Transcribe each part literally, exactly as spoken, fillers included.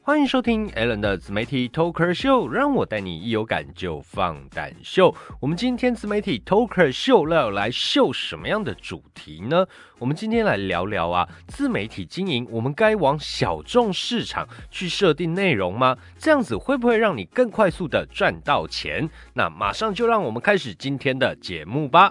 欢迎收听 Alan 的自媒体 Talker Show， 让我带你一有感就放胆秀。我们今天自媒体 Talker Show 要来秀什么样的主题呢？我们今天来聊聊啊，自媒体经营，我们该往小众市场去设定内容吗？这样子会不会让你更快速的赚到钱？那马上就让我们开始今天的节目吧。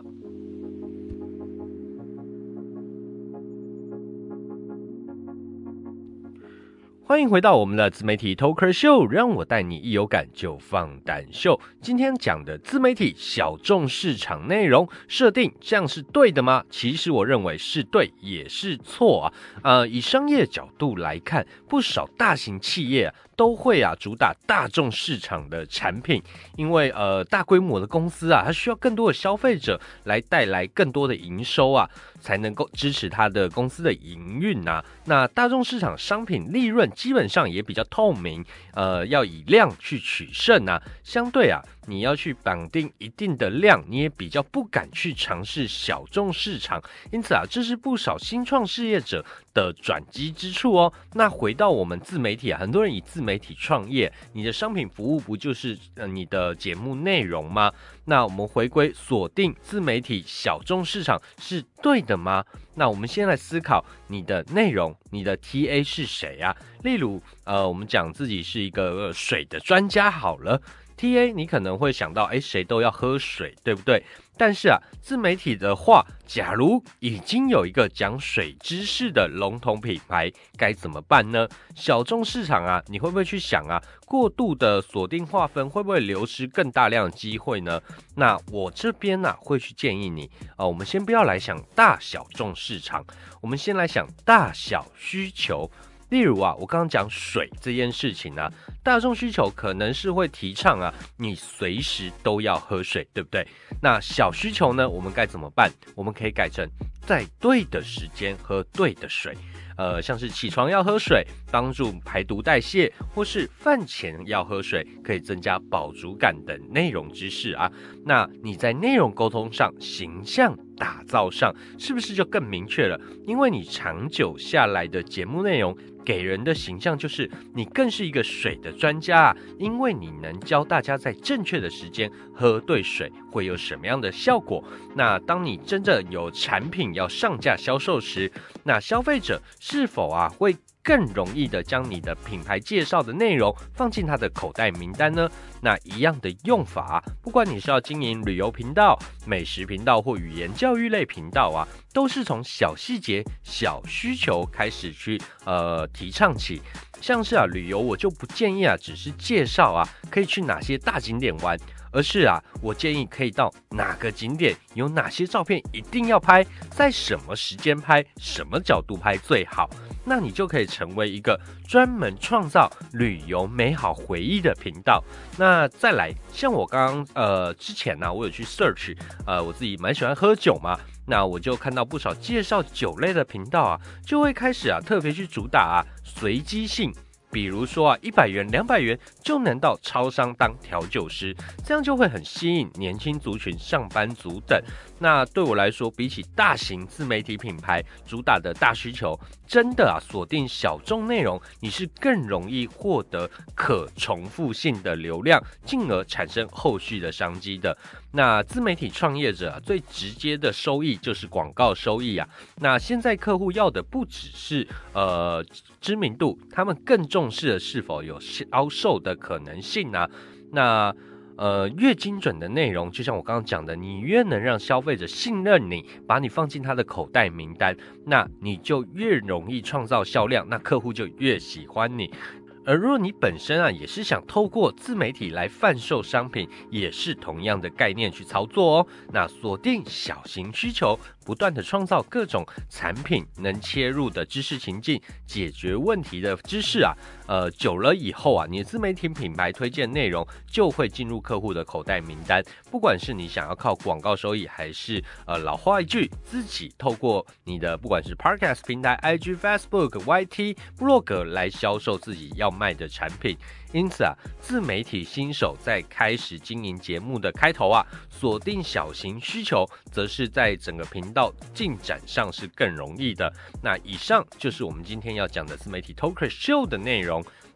欢迎回到我们的自媒体 Talker Show， 让我带你一有感就放胆秀。今天讲的自媒体小众市场内容设定，这样是对的吗？其实我认为是对，也是错啊。呃，以商业角度来看，不少大型企业啊都会啊主打大众市场的产品，因为呃大规模的公司啊，它需要更多的消费者来带来更多的营收啊，才能够支持它的公司的营运啊。那大众市场商品利润基本上也比较透明，呃，要以量去取胜啊。相对啊，你要去绑定一定的量，你也比较不敢去尝试小众市场。因此啊，这是不少新创事业者的转机之处哦。那回到我们自媒体啊，很多人以自媒体创业，你的商品服务不就是呃你的节目内容吗？那我们回归锁定自媒体小众市场是对的吗？那我们先来思考你的内容，你的 T A 是谁啊？例如，呃，我们讲自己是一个水的专家好了。T A 你可能会想到，哎，谁都要喝水，对不对？但是啊，自媒体的话，假如已经有一个讲水知识的龙头品牌，该怎么办呢？小众市场啊，你会不会去想啊，过度的锁定划分会不会流失更大量的机会呢？那我这边啊，会去建议你啊、呃，我们先不要来想大小众市场，我们先来想大小需求。例如啊，我刚刚讲水这件事情啊，大众需求可能是会提倡啊，你随时都要喝水，对不对？那小需求呢，我们该怎么办？我们可以改成在对的时间喝对的水。呃，像是起床要喝水，帮助排毒代谢，或是饭前要喝水，可以增加饱足感等内容知识啊。那你在内容沟通上、形象打造上，是不是就更明确了？因为你长久下来的节目内容，给人的形象就是你更是一个水的专家啊，因为你能教大家在正确的时间喝对水会有什么样的效果。那当你真的有产品要上架销售时，那消费者是否啊会更容易的将你的品牌介绍的内容放进他的口袋名单呢？那一样的用法啊，不管你是要经营旅游频道、美食频道或语言教育类频道啊，都是从小细节、小需求开始去呃提倡起。像是啊旅游，我就不建议啊只是介绍啊可以去哪些大景点玩，而是啊我建议可以到哪个景点，有哪些照片一定要拍，在什么时间拍，什么角度拍最好。那你就可以成为一个专门创造旅游美好回忆的频道。那再来，像我刚刚呃之前呢、啊，我有去 search， 呃我自己蛮喜欢喝酒嘛，那我就看到不少介绍酒类的频道啊，就会开始啊特别去主打啊随机性。比如说啊，一百元、两百元就能到超商当调酒师，这样就会很吸引年轻族群、上班族等。那对我来说，比起大型自媒体品牌主打的大需求，真的啊，锁定小众内容，你是更容易获得可重复性的流量，进而产生后续的商机的。那自媒体创业者、啊、最直接的收益就是广告收益啊。那现在客户要的不只是呃知名度，他们更重视的是否有销售的可能性啊。那呃，越精准的内容，就像我刚刚讲的，你越能让消费者信任你，把你放进他的口袋名单，那你就越容易创造销量，那客户就越喜欢你。而如果你本身啊也是想透过自媒体来贩售商品，也是同样的概念去操作哦。那锁定小型需求，不断的创造各种产品能切入的知识情境，解决问题的知识啊，呃，久了以后啊，你的自媒体品牌推荐内容就会进入客户的口袋名单。不管是你想要靠广告收益，还是呃老话一句，自己透过你的不管是 Podcast 平台、I G、Facebook、Y T、部落格来销售自己要卖的产品。因此啊，自媒体新手在开始经营节目的开头啊，锁定小型需求，则是在整个频道进展上是更容易的。那以上就是我们今天要讲的自媒体 Talker Show 的内容。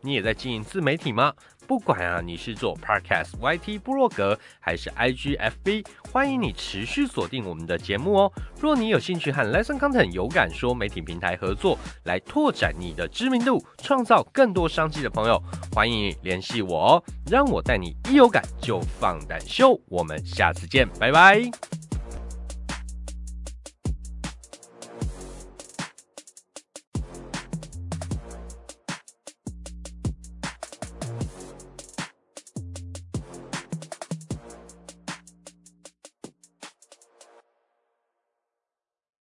你也在经营自媒体吗？不管啊，你是做 Podcast、Y T、部落格，还是 I G、F B， 欢迎你持续锁定我们的节目哦。若你有兴趣和 Lesson Content 有感说媒体平台合作，来拓展你的知名度，创造更多商机的朋友，欢迎你联系我哦。让我带你一有感就放胆秀，我们下次见，拜拜。